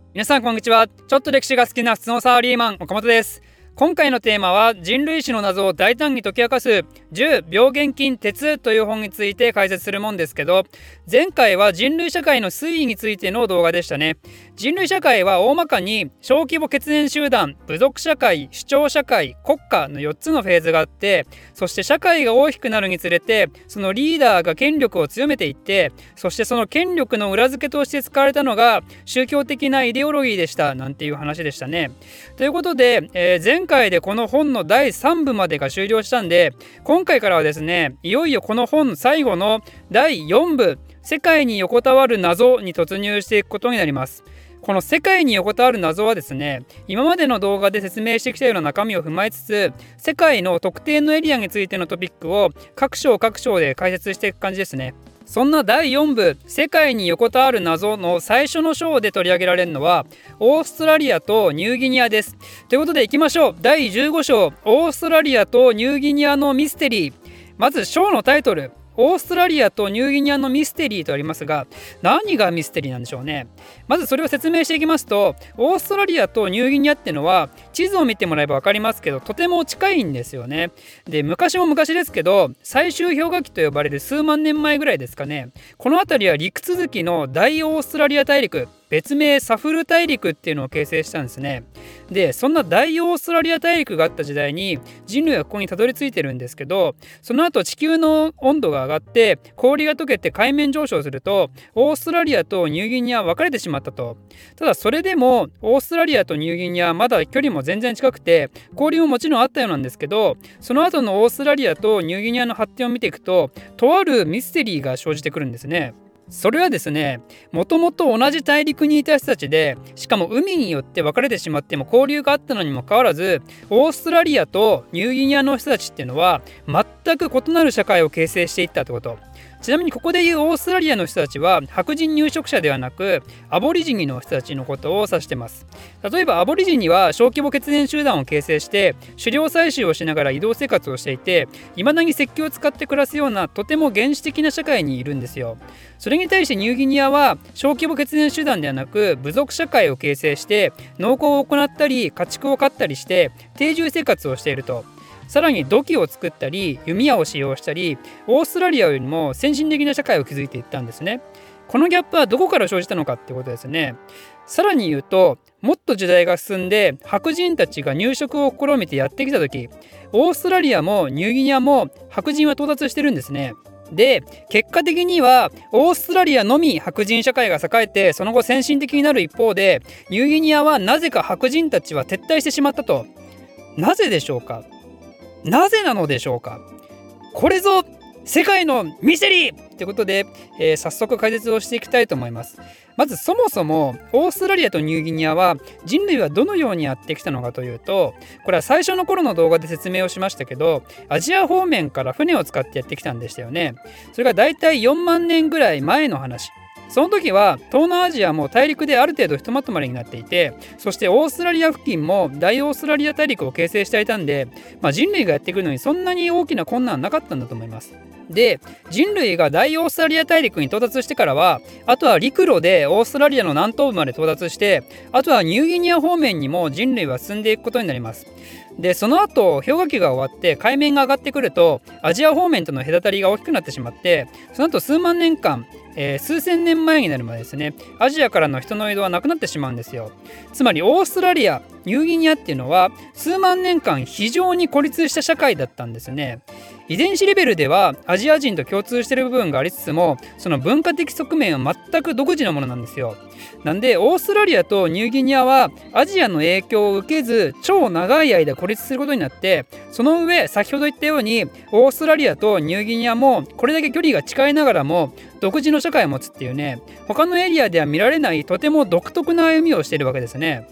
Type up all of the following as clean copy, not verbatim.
皆さんこんにちは。ちょっと歴史が好きな普通のサラリーマン岡本です。今回のテーマは人類史の謎を大胆に解き明かす10病原菌鉄という本について解説するもんですけど、前回は人類社会の推移についての動画でしたね。人類社会は大まかに小規模血縁集団、部族社会、主張社会、国家の4つのフェーズがあって、そして社会が大きくなるにつれてそのリーダーが権力を強めていって、そしてその権力の裏付けとして使われたのが宗教的なイデオロギーでしたなんていう話でしたね。ということで、前回でこの本の第3部までが終了したんで、今回からはですね、いよいよこの本最後の第4部、世界に横たわる謎に突入していくことになります。この世界に横たわる謎はですね、今までの動画で説明してきたような中身を踏まえつつ、世界の特定のエリアについてのトピックを各章で解説していく感じですね。そんな第4部、世界に横たわる謎の最初の章で取り上げられるのはオーストラリアとニューギニアです。ということでいきましょう。第15章、オーストラリアとニューギニアのミステリー。まず章のタイトル、オーストラリアとニューギニアのミステリーとありますが、何がミステリーなんでしょうね。まずそれを説明していきますと、オーストラリアとニューギニアっていうのは地図を見てもらえば分かりますけど、とても近いんですよね。で、昔も昔ですけど、最終氷河期と呼ばれる数万年前ぐらいですかね、この辺りは陸続きの大オーストラリア大陸、別名サフル大陸っていうのを形成したんですね。で、そんな大オーストラリア大陸があった時代に人類はここにたどり着いてるんですけど、その後地球の温度が上がって氷が溶けて海面上昇すると、オーストラリアとニューギニアは分かれてしまったと。ただそれでもオーストラリアとニューギニアはまだ距離も全然近くて、氷ももちろんあったようなんですけど、その後のオーストラリアとニューギニアの発展を見ていくと、とあるミステリーが生じてくるんですね。それはですね、もともと同じ大陸にいた人たちで、しかも海によって分かれてしまっても交流があったのにもかかわらず、オーストラリアとニューギニアの人たちっていうのは全く異なる社会を形成していったってこと。ちなみにここでいうオーストラリアの人たちは白人入植者ではなくアボリジニの人たちのことを指してます。例えばアボリジニは小規模血縁集団を形成して狩猟採集をしながら移動生活をしていて、未だに石器を使って暮らすようなとても原始的な社会にいるんですよ。それに対してニューギニアは小規模血縁集団ではなく部族社会を形成して農耕を行ったり家畜を飼ったりして定住生活をしていると。さらに土器を作ったり弓矢を使用したり、オーストラリアよりも先進的な社会を築いていったんですね。このギャップはどこから生じたのかってことですね。さらに言うと、もっと時代が進んで白人たちが入植を試みてやってきた時、オーストラリアもニューギニアも白人は到達してるんですね。で、結果的にはオーストラリアのみ白人社会が栄えてその後先進的になる一方で、ニューギニアはなぜか白人たちは撤退してしまったと。なぜでしょうか。なぜなのでしょうか。これぞ世界のミステリーということで、早速解説をしていきたいと思います。まずそもそもオーストラリアとニューギニアは人類はどのようにやってきたのかというと、これは最初の頃の動画で説明をしましたけど、アジア方面から船を使ってやってきたんでしたよね。それがだいたい4万年ぐらい前の話。その時は東南アジアも大陸である程度ひとまとまりになっていて、そしてオーストラリア付近も大オーストラリア大陸を形成していたんで、人類がやってくるのにそんなに大きな困難はなかったんだと思います。で、人類が大オーストラリア大陸に到達してからは、あとは陸路でオーストラリアの南東部まで到達して、あとはニューギニア方面にも人類は進んでいくことになります。で、その後氷河期が終わって海面が上がってくると、アジア方面との隔たりが大きくなってしまって、その後数万年間数千年前になるまでですね、アジアからの人の移動はなくなってしまうんですよ。つまりオーストラリア、ニューギニアっていうのは数万年間非常に孤立した社会だったんですね。遺伝子レベルではアジア人と共通している部分がありつつも、その文化的側面は全く独自のものなんですよ。なんでオーストラリアとニューギニアはアジアの影響を受けず超長い間孤立することになって、その上先ほど言ったようにオーストラリアとニューギニアもこれだけ距離が近いながらも独自の社会を持つっていうね、他のエリアでは見られないとても独特な歩みをしているわけですね。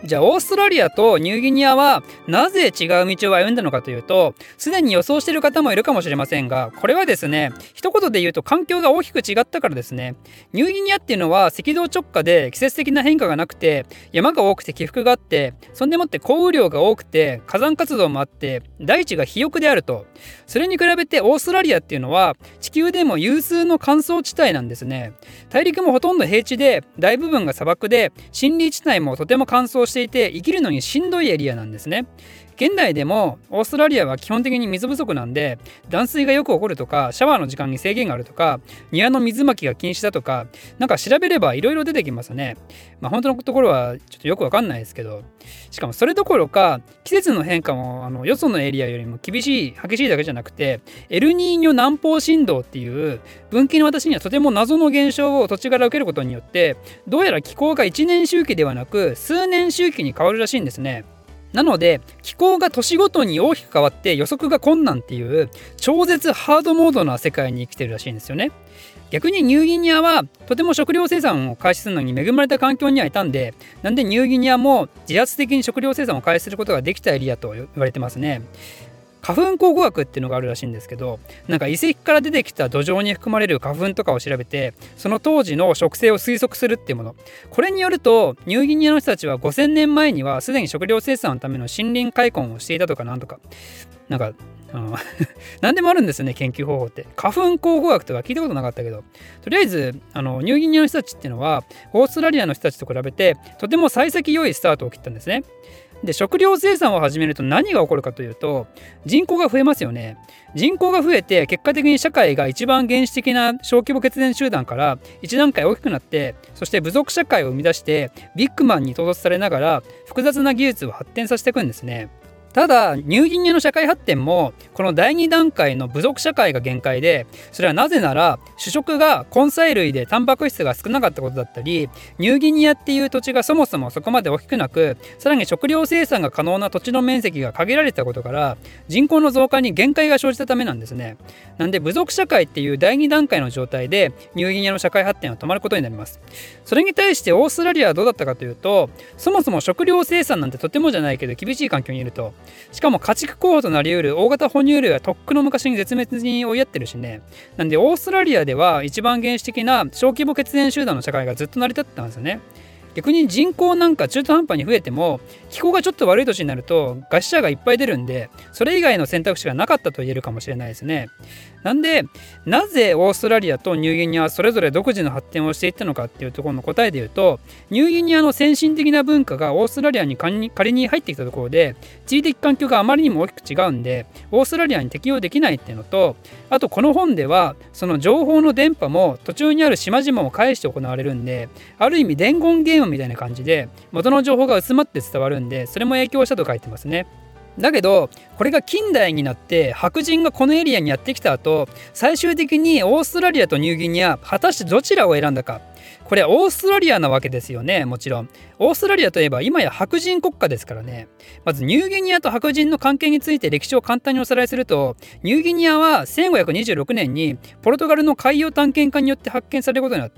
じゃあオーストラリアとニューギニアはなぜ違う道を歩んだのかというと、すでに予想している方もいるかもしれませんが、これはですね、一言で言うと環境が大きく違ったからですね。ニューギニアっていうのは赤道直下で季節的な変化がなくて、山が多くて起伏があって、そんでもって降雨量が多くて火山活動もあって大地が肥沃であると。それに比べてオーストラリアっていうのは地球でも有数の乾燥地帯なんですね。大陸もほとんど平地で、大部分が砂漠で、森林地帯もとても乾燥していて生きるのにしんどいエリアなんですね。現代でもオーストラリアは基本的に水不足なんで、断水がよく起こるとか、シャワーの時間に制限があるとか、庭の水まきが禁止だとか、なんか調べればいろいろ出てきますね。本当のところはちょっとよくわかんないですけど、しかもそれどころか季節の変化もよそのエリアよりも激しいだけじゃなくて、エルニーニョ南方振動っていう分岐の私にはとても謎の現象を土地から受けることによって、どうやら気候が1年周期ではなく数年周期に変わるらしいんですね。なので気候が年ごとに大きく変わって予測が困難っていう超絶ハードモードな世界に生きてるらしいんですよね。逆にニューギニアはとても食料生産を開始するのに恵まれた環境にはいたんで、なんでニューギニアも自発的に食料生産を開始することができたエリアと言われてますね。花粉考古学っていうのがあるらしいんですけど、なんか遺跡から出てきた土壌に含まれる花粉とかを調べて、その当時の植生を推測するっていうもの。これによるとニューギニアの人たちは5000年前にはすでに食料生産のための森林開墾をしていたとかなんとか、なんか何でもあるんですね、研究方法って。花粉考古学とか聞いたことなかったけど、とりあえずニューギニアの人たちっていうのはオーストラリアの人たちと比べてとても幸先良いスタートを切ったんですね。で、食料生産を始めると何が起こるかというと、人口が増えますよね。人口が増えて結果的に社会が一番原始的な小規模血縁集団から一段階大きくなって、そして部族社会を生み出してビッグマンに到達されながら複雑な技術を発展させていくんですね。ただニューギニアの社会発展もこの第2段階の部族社会が限界で、それはなぜなら主食が根菜類でタンパク質が少なかったことだったり、ニューギニアっていう土地がそもそもそこまで大きくなく、さらに食料生産が可能な土地の面積が限られたことから人口の増加に限界が生じたためなんですね。なんで部族社会っていう第2段階の状態でニューギニアの社会発展は止まることになります。それに対してオーストラリアはどうだったかというと、そもそも食料生産なんてとてもじゃないけど厳しい環境にいると。しかも家畜候補となり得る大型哺乳類はとっくの昔に絶滅に追いやってるしね。なんでオーストラリアでは一番原始的な小規模血縁集団の社会がずっと成り立ってたんですよね。逆に人口なんか中途半端に増えても気候がちょっと悪い年になると餓死者がいっぱい出るんで、それ以外の選択肢がなかったと言えるかもしれないですね。なんでなぜオーストラリアとニューギニアはそれぞれ独自の発展をしていったのかっていうところの答えで言うと、ニューギニアの先進的な文化がオーストラリアに仮に入ってきたところで地理的環境があまりにも大きく違うんでオーストラリアに適応できないっていうのと、あとこの本ではその情報の電波も途中にある島々を介して行われるんで、ある意味伝言ゲームみたいな感じで元の情報が薄まって伝わるんで、それも影響したと書いてますね。だけどこれが近代になって白人がこのエリアにやってきた後、最終的にオーストラリアとニューギニア果たしてどちらを選んだか。これはオーストラリアなわけですよね。もちろんオーストラリアといえば今や白人国家ですからね。まずニューギニアと白人の関係について歴史を簡単におさらいすると、ニューギニアは1526年にポルトガルの海洋探検家によって発見されることになって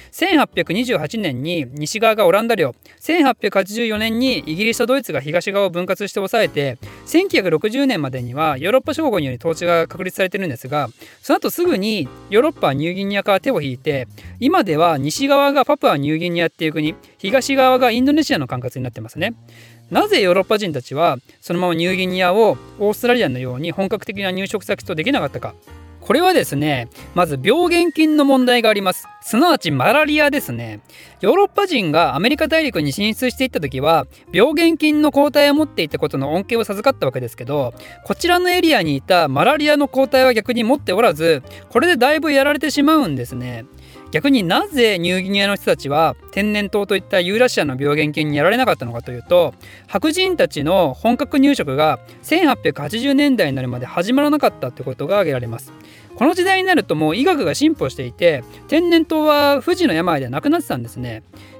、1828年に西側がオランダ領、1884年にイギリスとドイツが東側を分割して抑えて、1960年までにはヨーロッパ諸国により統治が確立されているんですが、その後すぐにヨーロッパはニューギニアから手を引いて、今では西側がパプアニューギニアっていう国、東側がインドネシアの管轄になってますね。なぜヨーロッパ人たちはそのままニューギニアをオーストラリアのように本格的な入植先とできなかったか。これはですね、まず病原菌の問題があります。すなわちマラリアですね。ヨーロッパ人がアメリカ大陸に進出していった時は病原菌の抗体を持っていたことの恩恵を授かったわけですけど、こちらのエリアにいたマラリアの抗体は逆に持っておらず、これでだいぶやられてしまうんですね。逆になぜニューギニアの人たちは天然痘といったユーラシアの病原菌にやられなかったのかというと、白人たちの本格入植が1880年代になるまで始まらなかったということが挙げられます。この時代になるともう医学が進歩していて、天然痘は不治の病ではなくなってたんですね。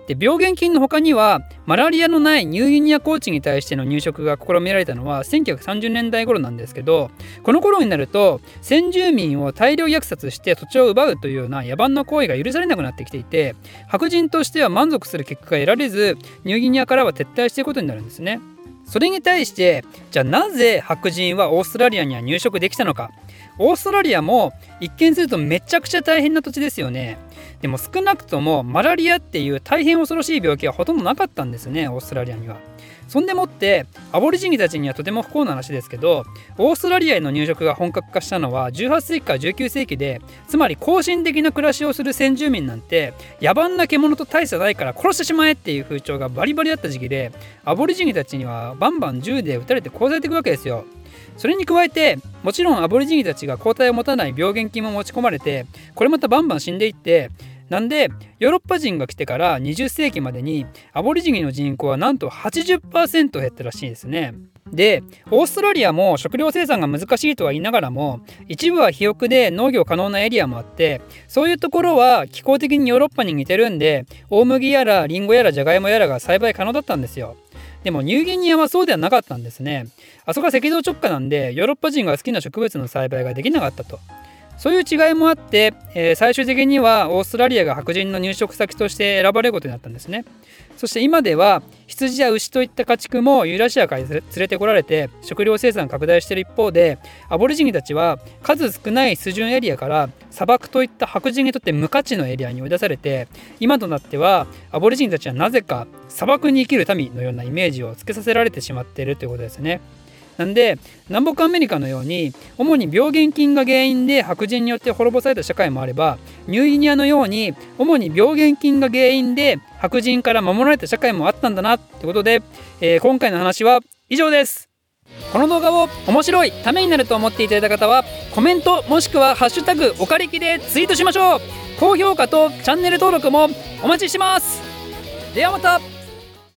で、病原菌の他にはマラリアのないニューギニア高地に対しての入植が試みられたのは1930年代頃なんですけど、この頃になると先住民を大量虐殺して土地を奪うというような野蛮な行為が許されなくなってきていて、白人としては満足する結果が得られず、ニューギニアからは撤退していくことになるんですね。それに対して、じゃあなぜ白人はオーストラリアには入植できたのか。オーストラリアも一見するとめちゃくちゃ大変な土地ですよね。でも少なくともマラリアっていう大変恐ろしい病気はほとんどなかったんですね、オーストラリアには。そんでもってアボリジニたちにはとても不幸な話ですけど、オーストラリアへの入植が本格化したのは18世紀から19世紀で、つまり後進的な暮らしをする先住民なんて野蛮な獣と大差ないから殺してしまえっていう風潮がバリバリあった時期で、アボリジニたちにはバンバン銃で撃たれて殺されていくわけですよ。それに加えて、もちろんアボリジニたちが抗体を持たない病原菌も持ち込まれて、これまたバンバン死んでいって、なんでヨーロッパ人が来てから20世紀までにアボリジニの人口はなんと 80% 減ったらしいですね。で、オーストラリアも食料生産が難しいとは言いながらも、一部は肥沃で農業可能なエリアもあって、そういうところは気候的にヨーロッパに似てるんで、大麦やらリンゴやらジャガイモやらが栽培可能だったんですよ。でもニューギニアはそうではなかったんですね。あそこは赤道直下なんで、ヨーロッパ人が好きな植物の栽培ができなかったと。そういう違いもあって、最終的にはオーストラリアが白人の入植先として選ばれることになったんですね。そして今では羊や牛といった家畜もユーラシアから連れてこられて食料生産拡大している一方で、アボリジニたちは数少ないスジュンエリアから砂漠といった白人にとって無価値のエリアに追い出されて、今となってはアボリジニたちはなぜか砂漠に生きる民のようなイメージをつけさせられてしまっているということですね。なんで南北アメリカのように主に病原菌が原因で白人によって滅ぼされた社会もあれば、ニューギニアのように主に病原菌が原因で白人から守られた社会もあったんだなってことで、今回の話は以上です。この動画を面白い、ためになると思っていただいた方はコメントもしくはハッシュタグおかりきでツイートしましょう。高評価とチャンネル登録もお待ちしてます。ではまた。